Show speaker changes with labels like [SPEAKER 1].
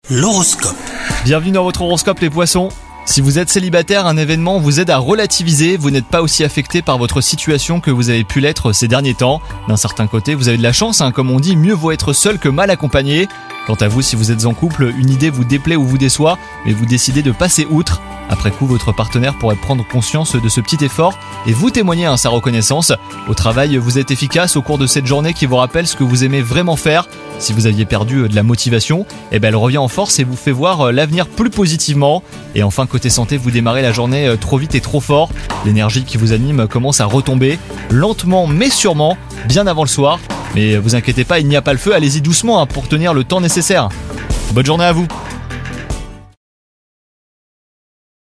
[SPEAKER 1] L'horoscope.
[SPEAKER 2] Bienvenue dans votre horoscope les poissons. Si vous êtes célibataire, un événement vous aide à relativiser, vous n'êtes pas aussi affecté par votre situation que vous avez pu l'être ces derniers temps. D'un certain côté, vous avez de la chance, comme on dit, mieux vaut être seul que mal accompagné. Quant à vous, si vous êtes en couple, une idée vous déplaît ou vous déçoit, mais vous décidez de passer outre. Après coup, votre partenaire pourrait prendre conscience de ce petit effort et vous témoigner sa reconnaissance. Au travail, vous êtes efficace au cours de cette journée qui vous rappelle ce que vous aimez vraiment faire. Si vous aviez perdu de la motivation, elle revient en force et vous fait voir l'avenir plus positivement. Et enfin, côté santé, vous démarrez la journée trop vite et trop fort. L'énergie qui vous anime commence à retomber, lentement mais sûrement, bien avant le soir. Mais vous inquiétez pas, il n'y a pas le feu, allez-y doucement pour tenir le temps nécessaire. Bonne journée à vous.